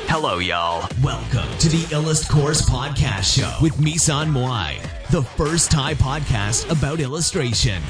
Hello, y'all. Welcome to the Illust Course Podcast Show with Misan Moai, the first Thai podcast about illustration.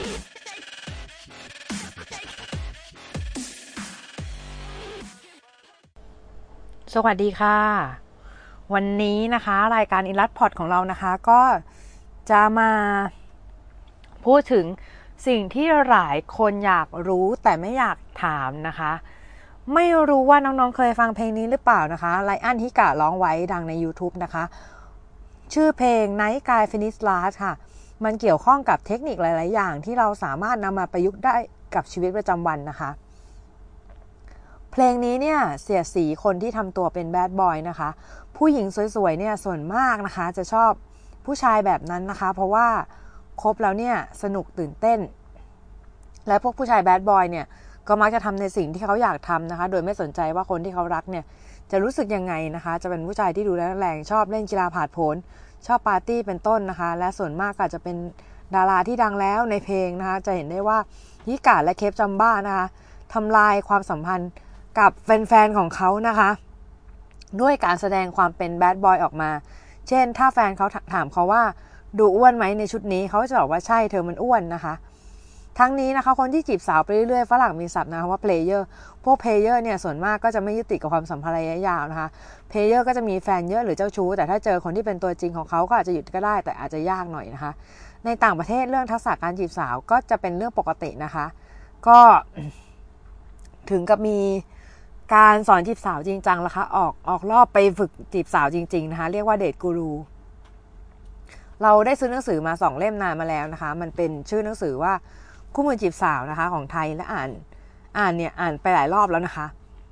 สวัสดีค่ะวันนี้นะคะรายการ Illust Pod ของเรานะคะก็จะมาพูดถึงสิ่งที่หลายคนอยากรู้แต่ไม่อยากถามนะคะไม่รู้ว่าน้องๆเคยฟังเพลงนี้หรือเปล่านะคะไลอ้อนฮิกะร้องไว้ดังใน YouTube นะคะชื่อเพลง Night Sky Finish Last ค่ะมันเกี่ยวข้องกับเทคนิคหลายๆอย่างที่เราสามารถนำมาประยุกต์ได้กับชีวิตประจำวันนะคะเพลงนี้เนี่ยเสียดสีคนที่ทำตัวเป็นแบดบอยนะคะผู้หญิงสวยๆเนี่ยส่วนมากนะคะจะชอบผู้ชายแบบนั้นนะคะเพราะว่าคบแล้วเนี่ยสนุกตื่นเต้นและพวกผู้ชายแบดบอยเนี่ยก็มักจะทำในสิ่งที่เขาอยากทำนะคะโดยไม่สนใจว่าคนที่เขารักเนี่ยจะรู้สึกยังไงนะคะจะเป็นผู้ชายที่ดูแรงชอบเล่นกีฬาผาดโผนชอบปาร์ตี้เป็นต้นนะคะและส่วนมากอาจจะเป็นดาราที่ดังแล้วในเพลงนะคะจะเห็นได้ว่าฮิกะและเคปจัมบ้านะคะทำลายความสัมพันธ์กับแฟนๆของเขานะคะด้วยการแสดงความเป็นแบดบอยออกมาเช่นถ้าแฟนเขาถามเขาว่าดูอ้วนไหมในชุดนี้เขาจะบอกว่าใช่เธอมันอ้วนนะคะทั้งนี้นะคะคนที่จีบสาวไปเรื่อยๆฝรั่งมีศัพท์นะคะว่าเพลเยอร์พวกเพลเยอร์เนี่ยส่วนมากก็จะไม่ยึดติดกับความสัมพันธ์ระยะยาวนะคะเพลเยอร์ก็จะมีแฟนเยอะหรือเจ้าชู้แต่ถ้าเจอคนที่เป็นตัวจริงของเขาก็อาจจะหยุดก็ได้แต่อาจจะยากหน่อยนะคะในต่างประเทศเรื่องทักษะการจีบสาวก็จะเป็นเรื่องปกตินะคะก็ถึงกับมีการสอนจีบสาวจริงจังนะคะออกรอบไปฝึกจีบสาวจริงๆนะคะเรียกว่าเดทกูรูเราได้ซื้อหนังสือมา2เล่มนานมาแล้วนะคะมันเป็นชื่อหนังสือว่าคู่มือจีบสาวนะคะของไทยและอ่านไปหลายรอบแล้วนะคะ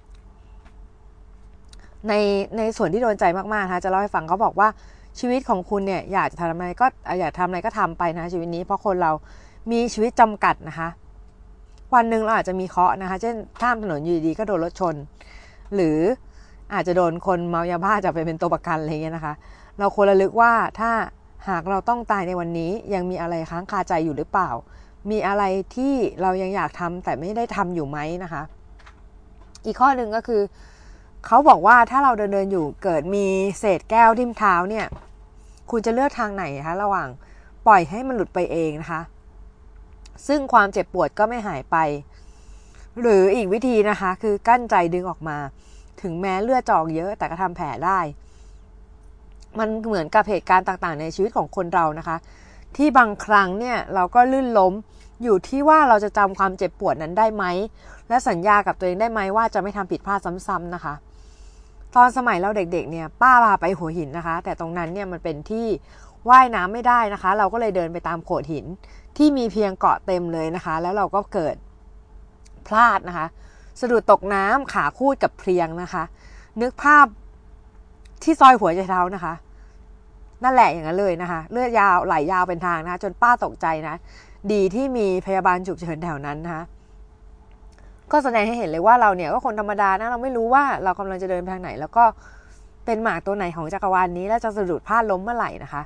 ในส่วนที่โดนใจมากๆนะคะจะเล่าให้ฟังเขาบอกว่าชีวิตของคุณเนี่ยอยากจะทำอะไรก็ทำไปนะชีวิตนี้เพราะคนเรามีชีวิตจำกัดนะคะวันหนึ่งเราอาจจะมีเคราะห์นะคะเช่นข้ามถนนอยู่ดีๆก็โดนรถชนหรืออาจจะโดนคนเมายาบ้าจับไปเป็นตัวประกันอะไรเงี้ยนะคะเราควรระลึกว่าถ้าหากเราต้องตายในวันนี้ยังมีอะไรค้างคาใจอยู่หรือเปล่ามีอะไรที่เรายังอยากทำแต่ไม่ได้ทำอยู่ไหมนะคะอีกข้อหนึ่งก็คือเขาบอกว่าถ้าเราเดินอยู่เกิดมีเศษแก้วทิ่มเท้าเนี่ยคุณจะเลือกทางไหนคะระหว่างปล่อยให้มันหลุดไปเองนะคะซึ่งความเจ็บปวดก็ไม่หายไปหรืออีกวิธีนะคะคือกั้นใจดึงออกมาถึงแม้เลือดจะออกเยอะแต่ก็ทำแผลได้มันเหมือนกับเหตุการณ์ต่างๆในชีวิตของคนเรานะคะที่บางครั้งเนี่ยเราก็ลื่นล้มอยู่ที่ว่าเราจะจำความเจ็บปวดนั้นได้ไหมและสัญญากับตัวเองได้ไหมว่าจะไม่ทำผิดพลาดซ้ำๆนะคะตอนสมัยเราเด็กๆเนี่ยป้าพาไปหัวหินนะคะแต่ตรงนั้นเนี่ยมันเป็นที่ว่ายน้ำไม่ได้นะคะเราก็เลยเดินไปตามโขดหินที่มีเพียงเกาะเต็มเลยนะคะแล้วเราก็เกิดพลาดนะคะสะดุดตกน้ำขาคูดกับเพลียงนะคะนึกภาพที่ซอยหัวใจเท้านะคะนั่นแหละอย่างนั้นเลยนะคะเลือดยาวไหลยาวเป็นทางนะคะจนป้าตกใจนะดีที่มีพยาบาลฉุกเฉินแถวนั้นนะคะก็แสดงให้เห็นเลยว่าเราเนี่ยก็คนธรรมดานะเราไม่รู้ว่าเรากำลังจะเดินไปทางไหนแล้วก็เป็นหมากตัวไหนของจักรวาลนี้แล้วจะสะดุดพลาดล้มเมื่อไหร่นะคะ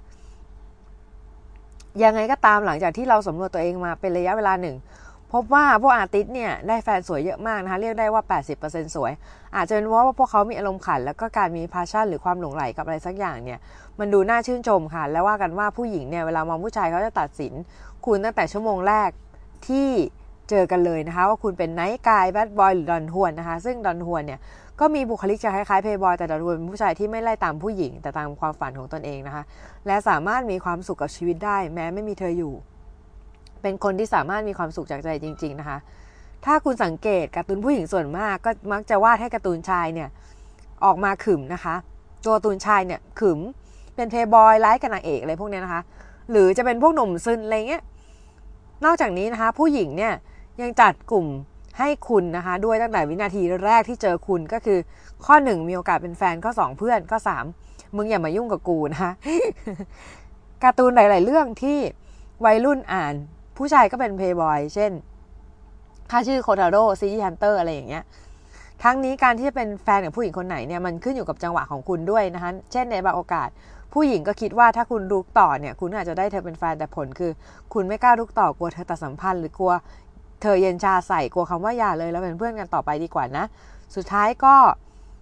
ยังไงก็ตามหลังจากที่เราสำรวจตัวเองมาเป็นระยะเวลาหนึ่งพบว่าพวกอาร์ติสต์เนี่ยได้แฟนสวยเยอะมากนะคะเรียกได้ว่า 80% สวยอาจจะเป็นเพราะว่าพวกเขามีอารมณ์ขันแล้วก็การมีพาชั่นหรือความหลงใหลกับอะไรสักอย่างเนี่ยมันดูน่าชื่นชมค่ะและว่ากันว่าผู้หญิงเนี่ยเวลามองผู้ชายเขาจะตัดสินคุณตั้งแต่ชั่วโมงแรกที่เจอกันเลยนะคะว่าคุณเป็นไนท์กายแบดบอยหรือดอนฮวนนะคะซึ่งดอนฮวนเนี่ยก็มีบุคลิกจะคล้ายๆเพย์บอยแต่ดอนฮวนเป็นผู้ชายที่ไม่ไล่ตามผู้หญิงแต่ตามความฝันของตนเองนะคะและสามารถมีความสุขกับชีวิตได้แม้ไม่มีเธออยู่เป็นคนที่สามารถมีความสุขจากใจจริงๆนะคะถ้าคุณสังเกตการ์ตูนผู้หญิงส่วนมากก็มักจะวาดให้การ์ตูนชายเนี่ยออกมาขึมนะคะตัวการ์ตูนชายเนี่ยขึมเป็นเพย์บอยไลค์กับนางเอกอะไรพวกนี้นะคะหรือจะเป็นพวกหนุ่มซึนอะไรเงี้ยนอกจากนี้นะคะผู้หญิงเนี่ยยังจัดกลุ่มให้คุณนะคะด้วยตั้งแต่วินาทีแรกที่เจอคุณก็คือข้อ1มีโอกาสเป็นแฟนข้อ2เพื่อนข้อ3มึงอย่ามายุ่งกับกูนะคะ การ์ตูนหลายๆเรื่องที่วัยรุ่นอ่านผู้ชายก็เป็นเพย์บอยเช่นถ้าชื่อโคทาโร่ซีฮันเตอร์อะไรอย่างเงี้ยทั้งนี้การที่จะเป็นแฟนกับผู้หญิงคนไหนเนี่ยมันขึ้นอยู่กับจังหวะของคุณด้วยนะคะเช่นในบางโอกาสผู้หญิงก็คิดว่าถ้าคุณรุกต่อเนี่ยคุณอาจจะได้เธอเป็นแฟนแต่ผลคือคุณไม่กล้ารุกต่อกลัวเธอตัดสัมพันธ์หรือกลัวเธอเย็นชาใส่กลัวคำว่าอย่าเลยแล้วเป็นเพื่อนกันต่อไปดีกว่านะสุดท้ายก็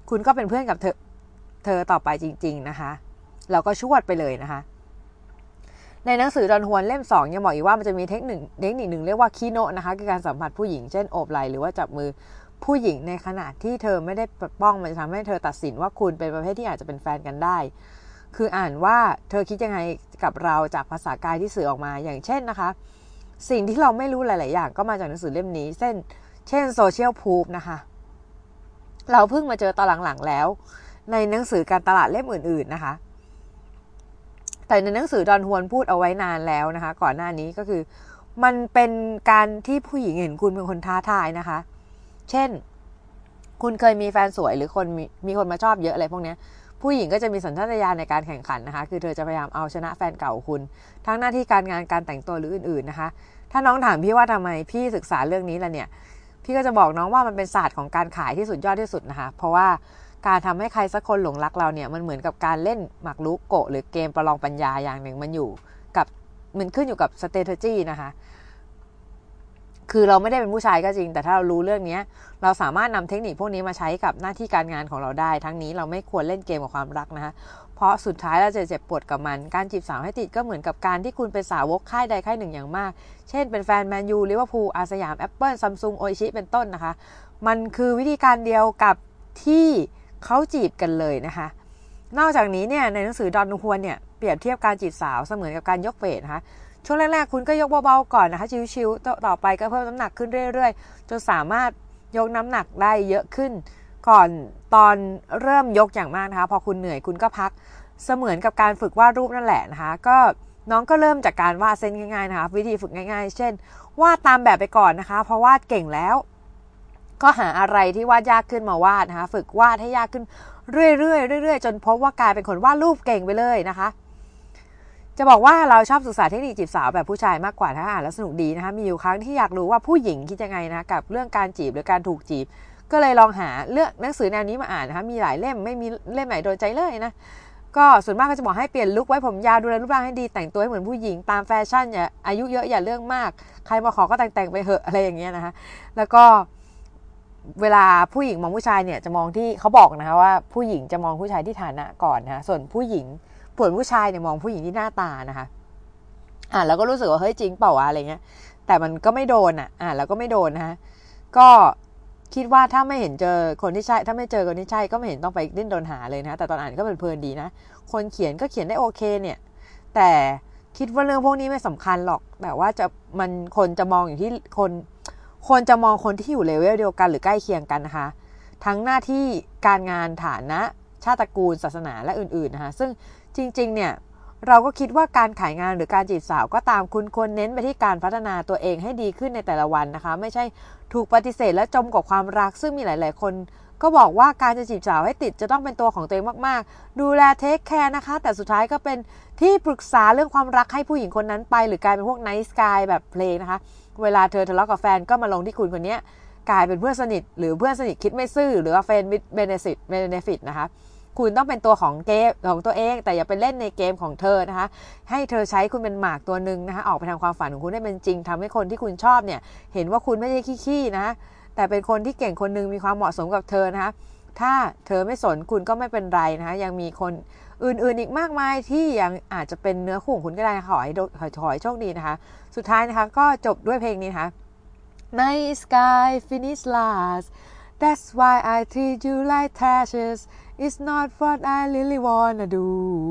คุณก็เป็นเพื่อนกับเธอต่อไปจริงๆนะคะเราก็ชวดไปเลยนะคะในหนังสือดอนฮวนเล่ม2ยังบอกอีกว่ามันจะมีเทคนิคหนึ่งเรียกว่าคีโนะนะคะคือการสัมผัสผู้หญิงเช่นโอบไหล่หรือว่าจับมือผู้หญิงในขณะที่เธอไม่ได้ปกป้องมันจะทำให้เธอตัดสินว่าคุณเป็นประเภทที่อาจจะเป็นแฟนกันได้คืออ่านว่าเธอคิดยังไงกับเราจากภาษากายที่สื่อออกมาอย่างเช่นนะคะสิ่งที่เราไม่รู้หลายๆอย่างก็มาจากหนังสือเล่มนี้เช่นโซเชียลพูฟนะคะเราเพิ่งมาเจอตอนหลังๆแล้วในหนังสือการตลาดเล่มอื่นๆนะคะแต่ในหนังสือดอนฮวนพูดเอาไว้นานแล้วนะคะก่อนหน้านี้ก็คือมันเป็นการที่ผู้หญิงเห็นคุณเป็นคนท้าทายนะคะเช่นคุณเคยมีแฟนสวยหรือมีคนมาชอบเยอะอะไรพวกนี้ผู้หญิงก็จะมีสัญชาตญาณในการแข่งขันนะคะคือเธอจะพยายามเอาชนะแฟนเก่าคุณทั้งหน้าที่การงานการแต่งตัวหรืออื่นๆนะคะถ้าน้องถามพี่ว่าทำไมพี่ศึกษาเรื่องนี้ล่ะเนี่ยพี่ก็จะบอกน้องว่ามันเป็นศาสตร์ของการขายที่สุดยอดที่สุดนะคะเพราะว่าการทำให้ใครสักคนหลงรักเราเนี่ยมันเหมือนกับการเล่นหมากรุกโกะหรือเกมประลองปัญญาอย่างหนึ่งมันขึ้นอยู่กับ strategy นะคะคือเราไม่ได้เป็นผู้ชายก็จริงแต่ถ้าเรารู้เรื่องนี้เราสามารถนำเทคนิคพวกนี้มาใช้กับหน้าที่การงานของเราได้ทั้งนี้เราไม่ควรเล่นเกมกับความรักนะคะเพราะสุดท้ายเราจะเจ็บปวดกับมันการจีบสาวให้ติดก็เหมือนกับการที่คุณเป็นสาวกค่ายใดค่ายหนึ่งอย่างมากเช่นเป็นแฟนแมนยูลิเวอร์พูลอาสยามแอปเปิลซัมซุงโออิชิเป็นต้นนะคะมันคือวิธีการเดียวกับที่เขาจีบกันเลยนะคะนอกจากนี้เนี่ยในหนังสือดอนฮวนเนี่ยเปรียบเทียบการจีบสาวเสมือนกับการยกเวทนะคะช่วงแรกๆคุณก็ยกเบาๆก่อนนะคะชิวๆต่อไปก็เพิ่มน้ำหนักขึ้นเรื่อยๆจนสามารถยกน้ำหนักได้เยอะขึ้นก่อนตอนเริ่มยกอย่างมากนะคะพอคุณเหนื่อยคุณก็พักเสมือนกับการฝึกวาดรูปนั่นแหละนะคะก็น้องก็เริ่มจากการวาดเส้นง่ายๆนะคะวิธีฝึกง่ายๆเช่นวาดตามแบบไปก่อนนะคะพอวาดเก่งแล้วก็หาอะไรที่วาดยากขึ้นมาวาดนะคะฝึกวาดให้ยากขึ้นเรื่อยๆจนพบว่ากลายเป็นคนวาดรูปเก่งไปเลยนะคะจะบอกว่าเราชอบศึกษาเทคนิคจีบสาวแบบผู้ชายมากกว่าถ้าอ่านแล้วสนุกดีนะคะมีอยู่ครั้งที่อยากรู้ว่าผู้หญิงคิดยังไงนะกับเรื่องการจีบหรือการถูกจีบก็เลยลองหาเลือกหนังสือแนวนี้มาอ่านนะคะมีหลายเล่มไม่มีเล่มไหนโดนใจเลยนะก็ส่วนมากก็จะบอกให้เปลี่ยนลุคไว้ผมยาวดูแลรูปร่างให้ดีแต่งตัวให้เหมือนผู้หญิงตามแฟชั่นอย่าอายุเยอะอย่าเรื่องมากใครมาขอก็แต่งไปเหอะอะไรอย่างเงี้ยนะคะแล้วก็เวลาผู้หญิงมองผู้ชายเนี่ยจะมองที่เขาบอกนะคะว่าผู้หญิงจะมองผู้ชายที่ฐานะก่อนนะคะส่วนผู้ชายเนี่ยมองผู้หญิงที่หน้าตานะคะแล้วก็รู้สึกว่าเฮ้ยจริงเปล่าวะอะไรเงี้ยแต่มันก็ไม่โดนแล้วก็ไม่โดนนะคะก็คิดว่าถ้าไม่เห็นเจอคนที่ใช่ถ้าไม่เจอคนที่ใช่ก็ไม่เห็นต้องไปดิ้นรนหาเลยนะแต่ตอนอ่านก็เพลินดีนะคนเขียนก็เขียนได้โอเคเนี่ยแต่คิดว่าเรื่องพวกนี้ไม่สำคัญหรอกแต่ว่าคนจะมองอยู่ที่คนจะมองคนที่อยู่เลเวลเดียวกันหรือใกล้เคียงกันนะคะทั้งหน้าที่การงานฐานะชาติตระกูลศาสนาและอื่นๆนะคะซึ่งจริงๆเนี่ยเราก็คิดว่าการขายงานหรือการจีบสาวก็ตามคุณควรเน้นไปที่การพัฒนาตัวเองให้ดีขึ้นในแต่ละวันนะคะไม่ใช่ถูกปฏิเสธและจมกับความรักซึ่งมีหลายๆคนก็บอกว่าการจะจีบสาวให้ติดจะต้องเป็นตัวของตัวเองมากๆดูแลเทคแคร์นะคะแต่สุดท้ายก็เป็นที่ปรึกษาเรื่องความรักให้ผู้หญิงคนนั้นไปหรือกลายเป็นพวกไนท์สกายแบบเพลงนะคะเวลาเธอทะเลาะกับแฟนก็มาลงที่คุณคนนี้กลายเป็นเพื่อนสนิทหรือเพื่อนสนิทคิดไม่ซื่อหรือว่าเฟรนด์วิดเบเนฟิตนะคะคุณต้องเป็นตัวของเกมของตัวเองแต่อย่าไปเล่นในเกมของเธอนะคะให้เธอใช้คุณเป็นหมากตัวนึงนะคะออกไปทำความฝันของคุณให้เป็นจริงทำให้คนที่คุณชอบเนี่ยเห็นว่าคุณไม่ใช่ขี้ๆนะแต่เป็นคนที่เก่งคนนึงมีความเหมาะสมกับเธอนะคะถ้าเธอไม่สนคุณก็ไม่เป็นไรนะคะยังมีคนอื่นๆอีกมากมายที่ยังอาจจะเป็นเนื้อคู่ของคุณก็ได้ขอให้โชคดีนะคะสุดท้ายนะคะก็จบด้วยเพลงนี้นะคะ Night sky finish last That's why I treat you like trashes It's not what I really wanna do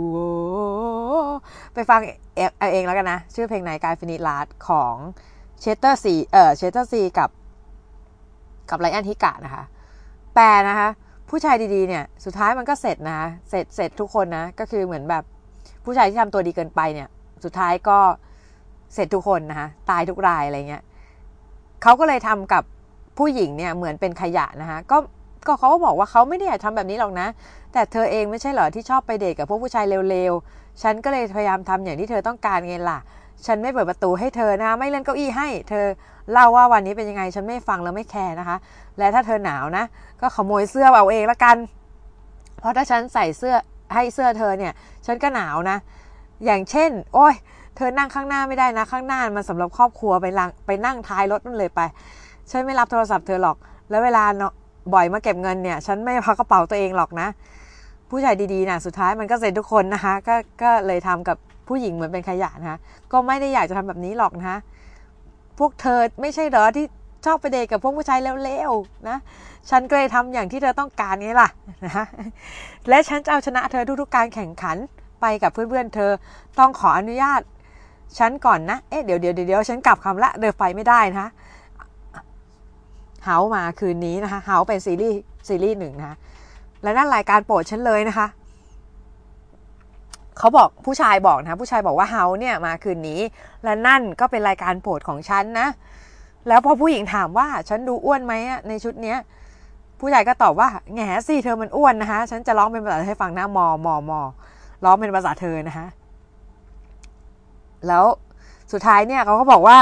ไปฟังเองแล้วกันนะชื่อเพลง Night sky finish last ของเชสเตอร์ซีกับไลอ้อนฮิกะนะคะแปลนะคะผู้ชายดีๆเนี่ยสุดท้ายมันก็เสร็จนะเสร็จทุกคนนะก็คือเหมือนแบบผู้ชายที่ทำตัวดีเกินไปเนี่ยสุดท้ายก็เสร็จทุกคนนะคะตายทุกรายอะไรเงี้ยเขาก็เลยทำกับผู้หญิงเนี่ยเหมือนเป็นขยะนะคะก็เขาก็บอกว่าเขาไม่ได้อยากทำแบบนี้หรอกนะแต่เธอเองไม่ใช่เหรอที่ชอบไปเดทกับพวกผู้ชายเร็วๆฉันก็เลยพยายามทำอย่างที่เธอต้องการไงล่ะฉันไม่เปิดประตูให้เธอนะไม่เล่นเก้าอี้ให้เธอเล่าว่าวันนี้เป็นยังไงฉันไม่ฟังแล้วไม่แคร์นะคะและถ้าเธอหนาวนะก็ขโมยเสื้อเอาเองละกันเพราะถ้าฉันใส่เสื้อให้เสื้อเธอเนี่ยฉันก็หนาวนะอย่างเช่นโอ้ยเธอนั่งข้างหน้าไม่ได้นะข้างหน้ามันสำหรับครอบครัวไปนั่งท้ายรถนั่นเลยไปฉันไม่รับโทรศัพท์เธอหรอกแล้วเวบ่อยมาเก็บเงินเนี่ยฉันไม่พักกระเป๋าตัวเองหรอกนะผู้ชายดีๆนะสุดท้ายมันก็เซ็นทุกคนนะคะก็เลยทำกับผู้หญิงเหมือนเป็นขยะนะคะก็ไม่ได้อยากจะทำแบบนี้หรอกนะคะพวกเธอไม่ใช่เหรอที่ชอบไปเดทกับพวกผู้ชายเร็วๆนะฉันก็เลยทำอย่างที่เธอต้องการไงล่ะนะและฉันจะเอาชนะเธอทุกๆการแข่งขันไปกับเพื่อนๆเธอต้องขออนุญาตฉันก่อนนะเดี๋ยวฉันกลับคำละเดินไปไม่ได้นะคะเฮามาคืนนี้นะคะเฮาเป็นซีรีส์หนึ่งนะคะและนั่นรายการโปรดฉันเลยนะคะเขาบอกผู้ชายบอกนะผู้ชายบอกว่าเฮาเนี่ยมาคืนนี้และนั่นก็เป็นรายการโปรดของฉันนะแล้วพอผู้หญิงถามว่าฉันดูอ้วนไหมในชุดเนี้ยผู้ชายก็ตอบว่าแง่สิเธอมันอ้วนนะคะฉันจะร้องเป็นภาษาให้ฟังนะมร้องเป็นภาษาเธอนะคะแล้วสุดท้ายเนี่ยเขาก็บอกว่า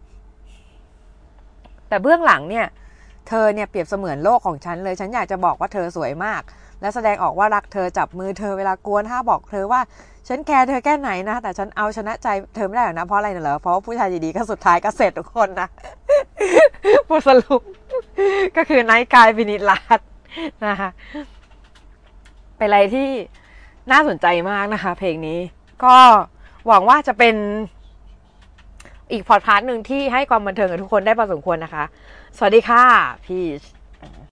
แต่เบื้องหลังเนี่ยเธอเนี่ยเปรียบเสมือนโลกของฉันเลยฉันอยากจะบอกว่าเธอสวยมากและแสดงออกว่ารักเธอจับมือเธอเวลากวนถ้าบอกเธอว่าฉันแคร์เธอแค่ไหนนะแต่ฉันเอาชนะใจเธอไม่ได้หรอกนะเพราะอะไรเหรอเพราะว่าผู้ชายดีๆก็สุดท้ายก็เสร็จทุกคนนะบทสรุปก็คือไนท์กายวินิจลาดนะคะเป็นอะไรที่น่าสนใจมากนะคะเพลงนี้ก็หวังว่าจะเป็นอีกพอดคาสต์หนึ่งที่ให้ความบันเทิงกับทุกคนได้พอสมควรนะคะสวัสดีค่ะพีช